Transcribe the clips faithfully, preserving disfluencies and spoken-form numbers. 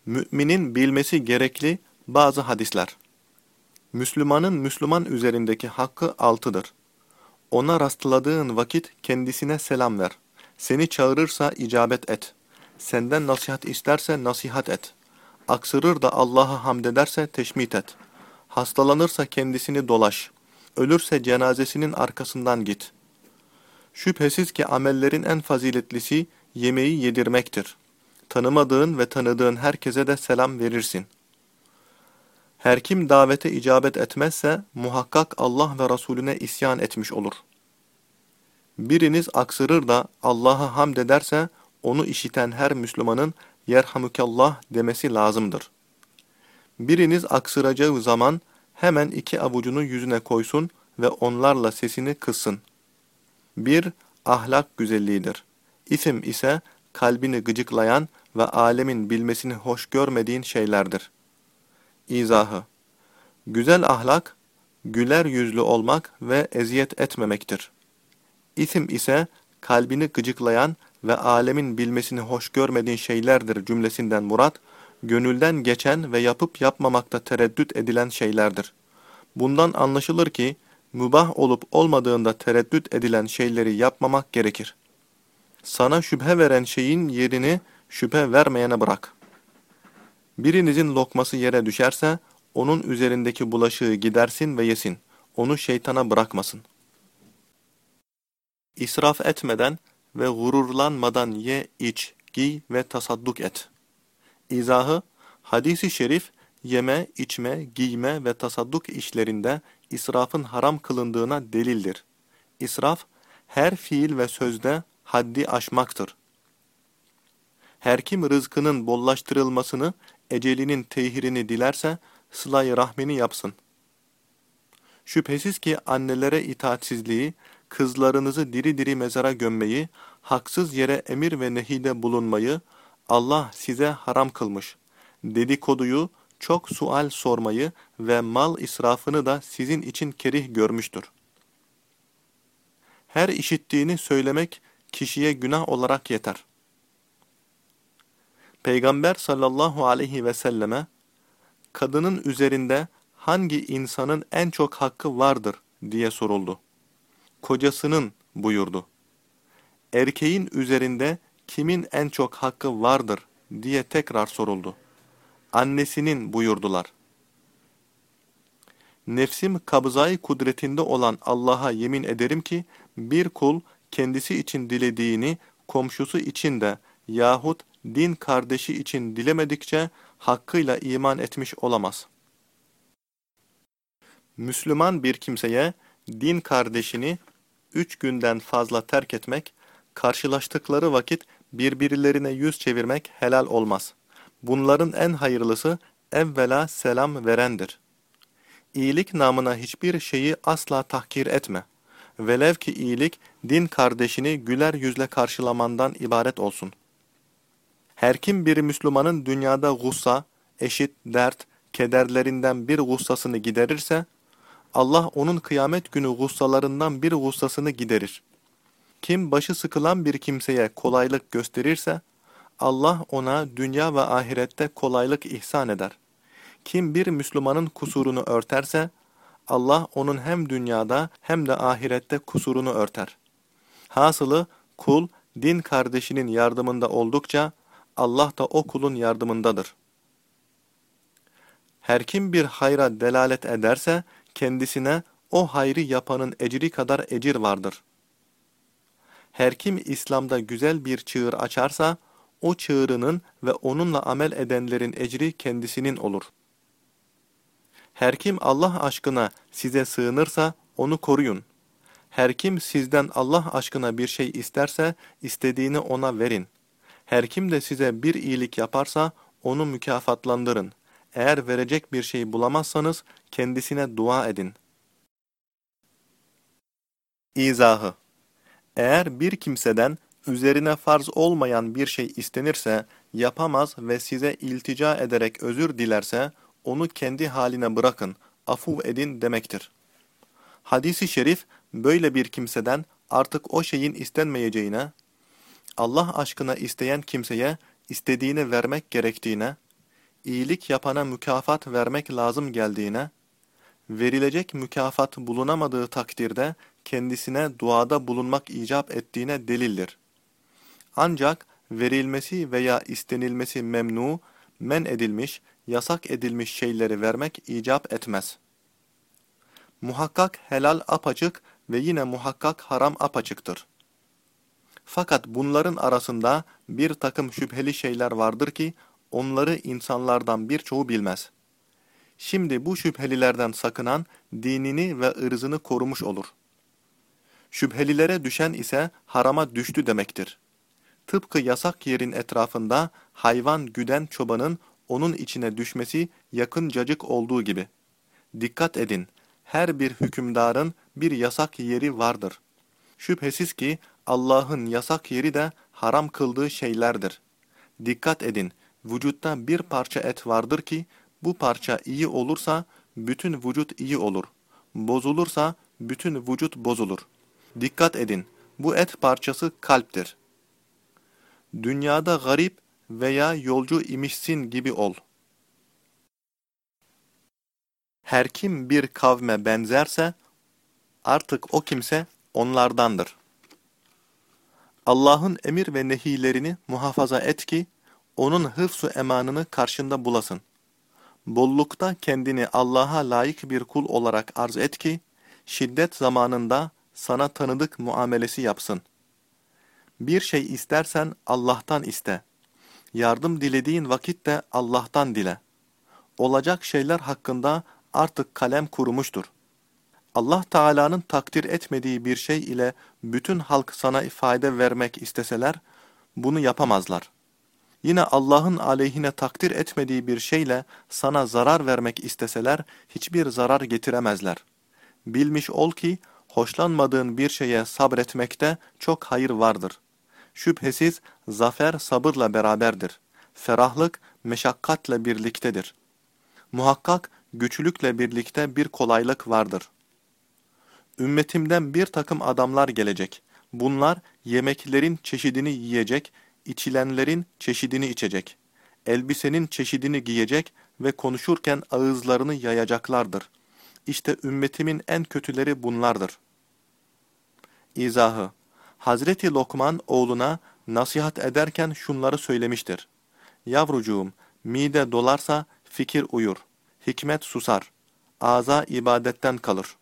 Müminin bilmesi gerekli bazı hadisler. Müslümanın Müslüman üzerindeki hakkı altıdır. Ona rastladığın vakit kendisine selam ver. Seni çağırırsa icabet et. Senden nasihat isterse nasihat et. Aksırır da Allah'a hamd ederse teşmit et. Hastalanırsa kendisini dolaş. Ölürse cenazesinin arkasından git. Şüphesiz ki amellerin en faziletlisi yemeği yedirmektir. Tanımadığın ve tanıdığın herkese de selam verirsin. Her kim davete icabet etmezse muhakkak Allah ve Resulüne isyan etmiş olur. Biriniz aksırır da Allah'a hamd ederse onu işiten her Müslümanın yerhamukallah demesi lazımdır. Biriniz aksıracağı zaman hemen iki avucunu yüzüne koysun ve onlarla sesini kıssın. Bir, ahlak güzelliğidir. İsim ise kalbini gıcıklayan ve alemin bilmesini hoş görmediğin şeylerdir. İzahı: güzel ahlak, güler yüzlü olmak ve eziyet etmemektir. İsim ise kalbini gıcıklayan ve alemin bilmesini hoş görmediğin şeylerdir cümlesinden murat, gönülden geçen ve yapıp yapmamakta tereddüt edilen şeylerdir. Bundan anlaşılır ki, mübah olup olmadığında tereddüt edilen şeyleri yapmamak gerekir. Sana şüphe veren şeyin yerini şüphe vermeyene bırak. Birinizin lokması yere düşerse, onun üzerindeki bulaşığı gidersin ve yesin. Onu şeytana bırakmasın. İsraf etmeden ve gururlanmadan ye, iç, giy ve tasadduk et. İzahı: hadis-i şerif, yeme, içme, giyme ve tasadduk işlerinde israfın haram kılındığına delildir. İsraf, her fiil ve sözde haddi aşmaktır. Her kim rızkının bollaştırılmasını, ecelinin tehirini dilerse, sıla-i rahmini yapsın. Şüphesiz ki annelere itaatsizliği, kızlarınızı diri diri mezara gömmeyi, haksız yere emir ve nehide bulunmayı Allah size haram kılmış. Dedikoduyu, çok sual sormayı ve mal israfını da sizin için kerih görmüştür. Her işittiğini söylemek kişiye günah olarak yeter. Peygamber sallallahu aleyhi ve selleme, kadının üzerinde hangi insanın en çok hakkı vardır diye soruldu. Kocasının buyurdu. Erkeğin üzerinde kimin en çok hakkı vardır diye tekrar soruldu. Annesinin buyurdular. Nefsim kabzayı kudretinde olan Allah'a yemin ederim ki bir kul kendisi için dilediğini komşusu için de yahut din kardeşi için dilemedikçe hakkıyla iman etmiş olamaz. Müslüman bir kimseye din kardeşini üç günden fazla terk etmek, karşılaştıkları vakit birbirlerine yüz çevirmek helal olmaz. Bunların en hayırlısı evvela selam verendir. İyilik namına hiçbir şeyi asla tahkir etme. Velev ki iyilik din kardeşini güler yüzle karşılamandan ibaret olsun. Her kim bir Müslümanın dünyada gussa, eşit dert, kederlerinden bir gussasını giderirse, Allah onun kıyamet günü gussalarından bir gussasını giderir. Kim başı sıkılan bir kimseye kolaylık gösterirse, Allah ona dünya ve ahirette kolaylık ihsan eder. Kim bir Müslümanın kusurunu örterse, Allah onun hem dünyada hem de ahirette kusurunu örter. Hasılı kul din kardeşinin yardımında oldukça, Allah da o kulun yardımındadır. Her kim bir hayra delalet ederse, kendisine o hayrı yapanın ecri kadar ecir vardır. Her kim İslam'da güzel bir çığır açarsa, o çığırının ve onunla amel edenlerin ecri kendisinin olur. Her kim Allah aşkına size sığınırsa, onu koruyun. Her kim sizden Allah aşkına bir şey isterse, istediğini ona verin. Her kim de size bir iyilik yaparsa, onu mükafatlandırın. Eğer verecek bir şey bulamazsanız, kendisine dua edin. İzahı: eğer bir kimseden üzerine farz olmayan bir şey istenirse, yapamaz ve size iltica ederek özür dilerse, onu kendi haline bırakın, afuv edin demektir. Hadis-i şerif, böyle bir kimseden artık o şeyin istenmeyeceğine, Allah aşkına isteyen kimseye istediğini vermek gerektiğine, iyilik yapana mükafat vermek lazım geldiğine, verilecek mükafat bulunamadığı takdirde kendisine duada bulunmak icap ettiğine delildir. Ancak verilmesi veya istenilmesi memnu, men edilmiş, yasak edilmiş şeyleri vermek icap etmez. Muhakkak helal apaçık ve yine muhakkak haram apaçıktır. Fakat bunların arasında bir takım şüpheli şeyler vardır ki, onları insanlardan birçoğu bilmez. Şimdi bu şüphelilerden sakınan, dinini ve ırzını korumuş olur. Şüphelilere düşen ise harama düştü demektir. Tıpkı yasak yerin etrafında hayvan güden çobanın onun içine düşmesi yakıncacık olduğu gibi. Dikkat edin, her bir hükümdarın bir yasak yeri vardır. Şüphesiz ki Allah'ın yasak yeri de haram kıldığı şeylerdir. Dikkat edin, vücutta bir parça et vardır ki, bu parça iyi olursa bütün vücut iyi olur. Bozulursa bütün vücut bozulur. Dikkat edin, bu et parçası kalptir. Dünyada garip veya yolcu imişsin gibi ol. Her kim bir kavme benzerse, artık o kimse onlardandır. Allah'ın emir ve nehilerini muhafaza et ki, onun hıfz-ı emanını karşında bulasın. Bollukta kendini Allah'a layık bir kul olarak arz et ki, şiddet zamanında sana tanıdık muamelesi yapsın. Bir şey istersen Allah'tan iste. Yardım dilediğin vakit de Allah'tan dile. Olacak şeyler hakkında artık kalem kurumuştur. Allah Teala'nın takdir etmediği bir şey ile bütün halk sana fayda vermek isteseler, bunu yapamazlar. Yine Allah'ın aleyhine takdir etmediği bir şeyle sana zarar vermek isteseler, hiçbir zarar getiremezler. Bilmiş ol ki, hoşlanmadığın bir şeye sabretmekte çok hayır vardır. Şüphesiz zafer sabırla beraberdir. Ferahlık meşakkatle birliktedir. Muhakkak güçlükle birlikte bir kolaylık vardır. Ümmetimden bir takım adamlar gelecek. Bunlar yemeklerin çeşidini yiyecek, içilenlerin çeşidini içecek. Elbisenin çeşidini giyecek ve konuşurken ağızlarını yayacaklardır. İşte ümmetimin en kötüleri bunlardır. İzahı: Hazreti Lokman oğluna nasihat ederken şunları söylemiştir. Yavrucuğum, mide dolarsa fikir uyur, hikmet susar, ağza ibadetten kalır.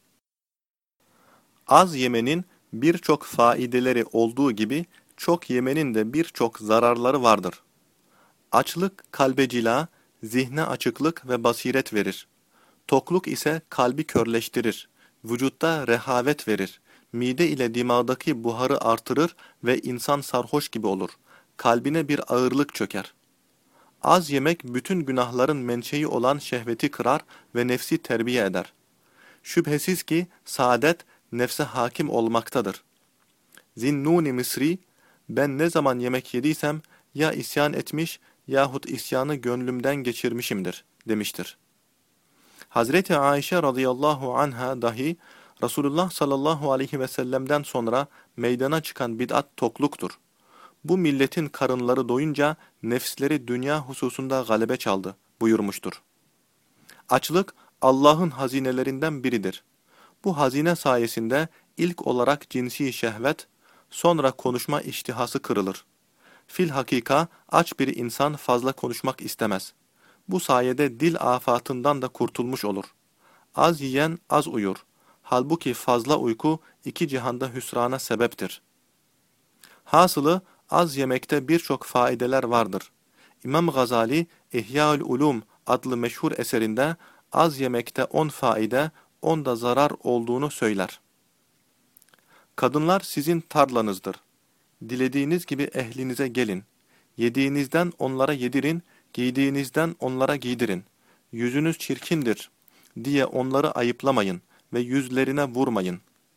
Az yemenin birçok faideleri olduğu gibi, çok yemenin de birçok zararları vardır. Açlık kalbe cila, zihne açıklık ve basiret verir. Tokluk ise kalbi körleştirir, vücutta rehavet verir. Mide ile dimağdaki buharı artırır ve insan sarhoş gibi olur. Kalbine bir ağırlık çöker. Az yemek bütün günahların menşei olan şehveti kırar ve nefsi terbiye eder. Şüphesiz ki saadet nefse hakim olmaktadır. Zinnuni Misri, ben ne zaman yemek yediysem ya isyan etmiş yahut isyanı gönlümden geçirmişimdir demiştir. Hazreti Ayşe radıyallahu anha dahi Resulullah sallallahu aleyhi ve sellem'den sonra meydana çıkan bid'at tokluktur. Bu milletin karınları doyunca nefsleri dünya hususunda galebe çaldı buyurmuştur. Açlık Allah'ın hazinelerinden biridir. Bu hazine sayesinde ilk olarak cinsi şehvet, sonra konuşma iştihası kırılır. Filhakika aç bir insan fazla konuşmak istemez. Bu sayede dil afatından da kurtulmuş olur. Az yiyen az uyur. Halbuki fazla uyku iki cihanda hüsrana sebeptir. Hasılı az yemekte birçok faydeler vardır. İmam Gazali İhyaül Ulum adlı meşhur eserinde az yemekte on faide, on da zarar olduğunu söyler. Kadınlar sizin tarlanızdır. Dilediğiniz gibi ehlinize gelin. Yediğinizden onlara yedirin, giydiğinizden onlara giydirin. Yüzünüz çirkindir diye onları ayıplamayın ve yüzlerine vurmayın.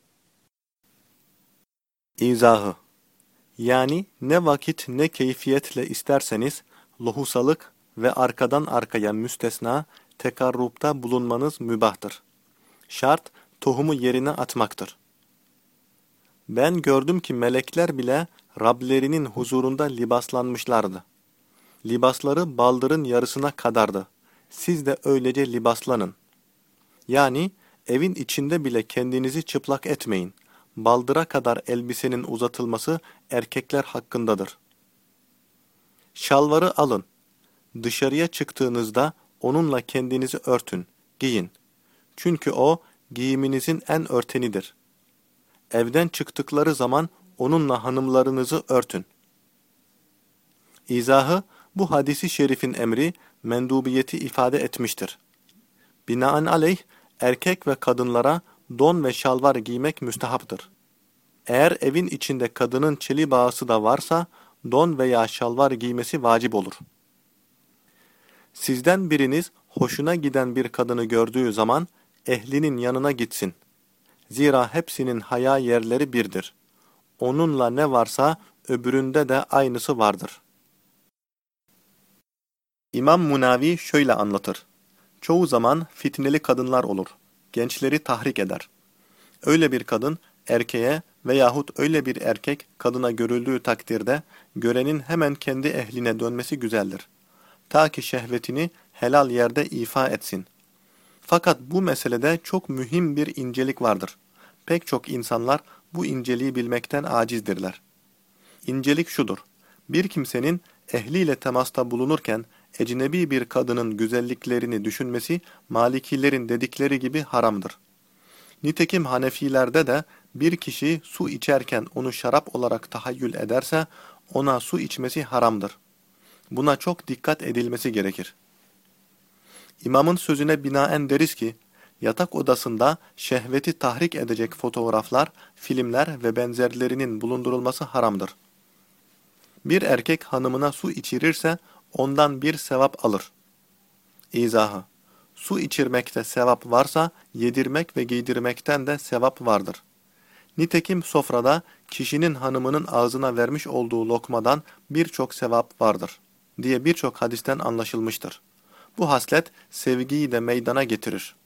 İzahı: Yani ne vakit ne keyfiyetle isterseniz lohusalık ve arkadan arkaya müstesna tekarrupta bulunmanız mübahtır. Şart tohumu yerine atmaktır. Ben gördüm ki melekler bile Rablerinin huzurunda libaslanmışlardı. Libasları baldırın yarısına kadardı. Siz de öylece libaslanın. Yani evin içinde bile kendinizi çıplak etmeyin. Baldıra kadar elbisenin uzatılması erkekler hakkındadır. Şalvarı alın. Dışarıya çıktığınızda onunla kendinizi örtün, giyin. Çünkü o giyiminizin en örtenidir. Evden çıktıkları zaman onunla hanımlarınızı örtün. İzahı, bu hadisi şerifin emri, mendubiyeti ifade etmiştir. Binaenaleyh, erkek ve kadınlara don ve şalvar giymek müstehaptır. Eğer evin içinde kadının çeli bağısı da varsa, don veya şalvar giymesi vacip olur. Sizden biriniz hoşuna giden bir kadını gördüğü zaman, ehlinin yanına gitsin. Zira hepsinin haya yerleri birdir. Onunla ne varsa öbüründe de aynısı vardır. İmam Munavi şöyle anlatır. Çoğu zaman fitneli kadınlar olur. Gençleri tahrik eder. Öyle bir kadın erkeğe veyahut öyle bir erkek kadına görüldüğü takdirde görenin hemen kendi ehline dönmesi güzeldir. Ta ki şehvetini helal yerde ifa etsin. Fakat bu meselede çok mühim bir incelik vardır. Pek çok insanlar bu inceliği bilmekten acizdirler. İncelik şudur. Bir kimsenin ehliyle temasta bulunurken ecnebi bir kadının güzelliklerini düşünmesi Malikilerin dedikleri gibi haramdır. Nitekim Hanefilerde de bir kişi su içerken onu şarap olarak tahayyül ederse ona su içmesi haramdır. Buna çok dikkat edilmesi gerekir. İmamın sözüne binaen deriz ki, yatak odasında şehveti tahrik edecek fotoğraflar, filmler ve benzerlerinin bulundurulması haramdır. Bir erkek hanımına su içirirse ondan bir sevap alır. İzahı: su içirmekte sevap varsa yedirmek ve giydirmekten de sevap vardır. Nitekim sofrada kişinin hanımının ağzına vermiş olduğu lokmadan birçok sevap vardır diye birçok hadisten anlaşılmıştır. Bu haslet sevgiyi de meydana getirir.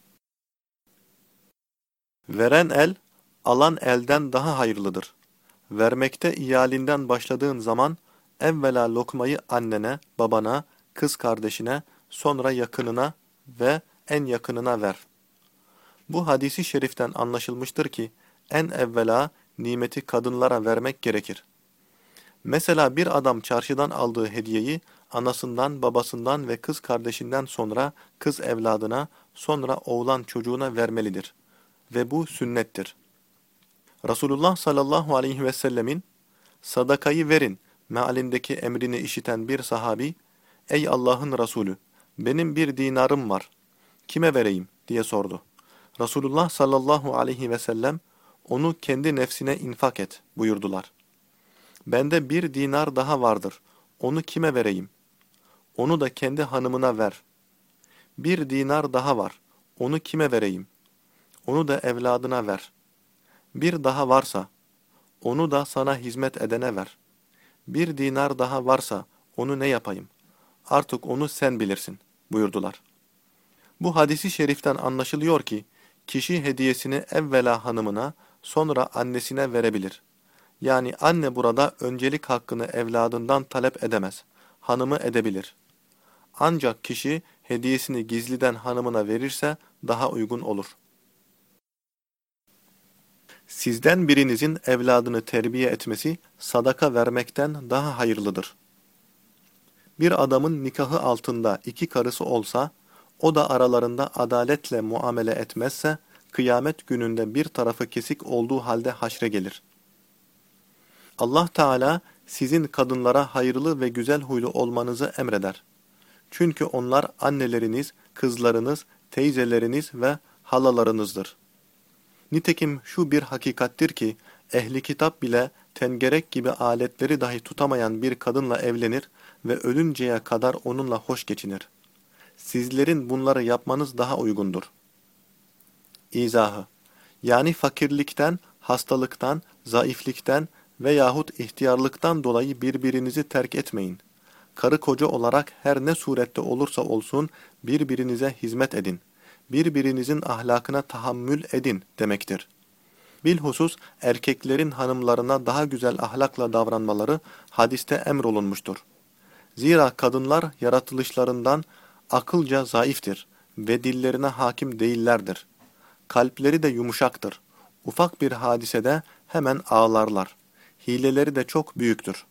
Veren el, alan elden daha hayırlıdır. Vermekte iyalinden başladığın zaman, evvela lokmayı annene, babana, kız kardeşine, sonra yakınına ve en yakınına ver. Bu hadisi şeriften anlaşılmıştır ki, en evvela nimeti kadınlara vermek gerekir. Mesela bir adam çarşıdan aldığı hediyeyi, anasından, babasından ve kız kardeşinden sonra kız evladına, sonra oğlan çocuğuna vermelidir. Ve bu sünnettir. Resulullah sallallahu aleyhi ve sellemin sadakayı verin mealindeki emrini işiten bir sahabi, ey Allah'ın Resulü, benim bir dinarım var, kime vereyim diye sordu. Resulullah sallallahu aleyhi ve sellem, onu kendi nefsine infak et buyurdular. Bende bir dinar daha vardır, onu kime vereyim? Onu da kendi hanımına ver. Bir dinar daha var, onu kime vereyim? Onu da evladına ver. Bir daha varsa, onu da sana hizmet edene ver. Bir dinar daha varsa, onu ne yapayım? Artık onu sen bilirsin, buyurdular. Bu hadisi şeriften anlaşılıyor ki, kişi hediyesini evvela hanımına, sonra annesine verebilir. Yani anne burada öncelik hakkını evladından talep edemez, hanımı edebilir. Ancak kişi hediyesini gizliden hanımına verirse daha uygun olur. Sizden birinizin evladını terbiye etmesi sadaka vermekten daha hayırlıdır. Bir adamın nikahı altında iki karısı olsa, o da aralarında adaletle muamele etmezse, kıyamet gününde bir tarafı kesik olduğu halde haşre gelir. Allah Teala sizin kadınlara hayırlı ve güzel huylu olmanızı emreder. Çünkü onlar anneleriniz, kızlarınız, teyzeleriniz ve halalarınızdır. Nitekim şu bir hakikattir ki, ehli kitap bile tengerek gibi aletleri dahi tutamayan bir kadınla evlenir ve ölünceye kadar onunla hoş geçinir. Sizlerin bunları yapmanız daha uygundur. İzahı: yani fakirlikten, hastalıktan, zayıflikten veyahut ihtiyarlıktan dolayı birbirinizi terk etmeyin. Karı koca olarak her ne surette olursa olsun birbirinize hizmet edin. Birbirinizin ahlakına tahammül edin demektir. Bilhusus erkeklerin hanımlarına daha güzel ahlakla davranmaları hadiste emrolunmuştur. Zira kadınlar yaratılışlarından akılca zayıftır ve dillerine hakim değillerdir. Kalpleri de yumuşaktır. Ufak bir hadisede hemen ağlarlar. Hileleri de çok büyüktür.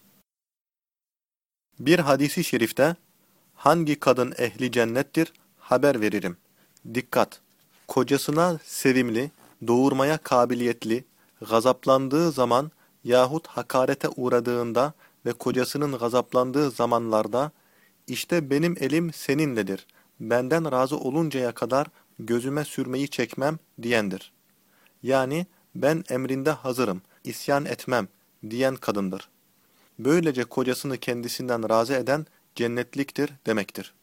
Bir hadisi şerifte, hangi kadın ehli cennettir, haber veririm. Dikkat! Kocasına sevimli, doğurmaya kabiliyetli, gazaplandığı zaman yahut hakarete uğradığında ve kocasının gazaplandığı zamanlarda, işte benim elim seninledir, benden razı oluncaya kadar gözüme sürmeyi çekmem diyendir. Yani ben emrinde hazırım, isyan etmem diyen kadındır. Böylece kocasını kendisinden razı eden cennetliktir demektir.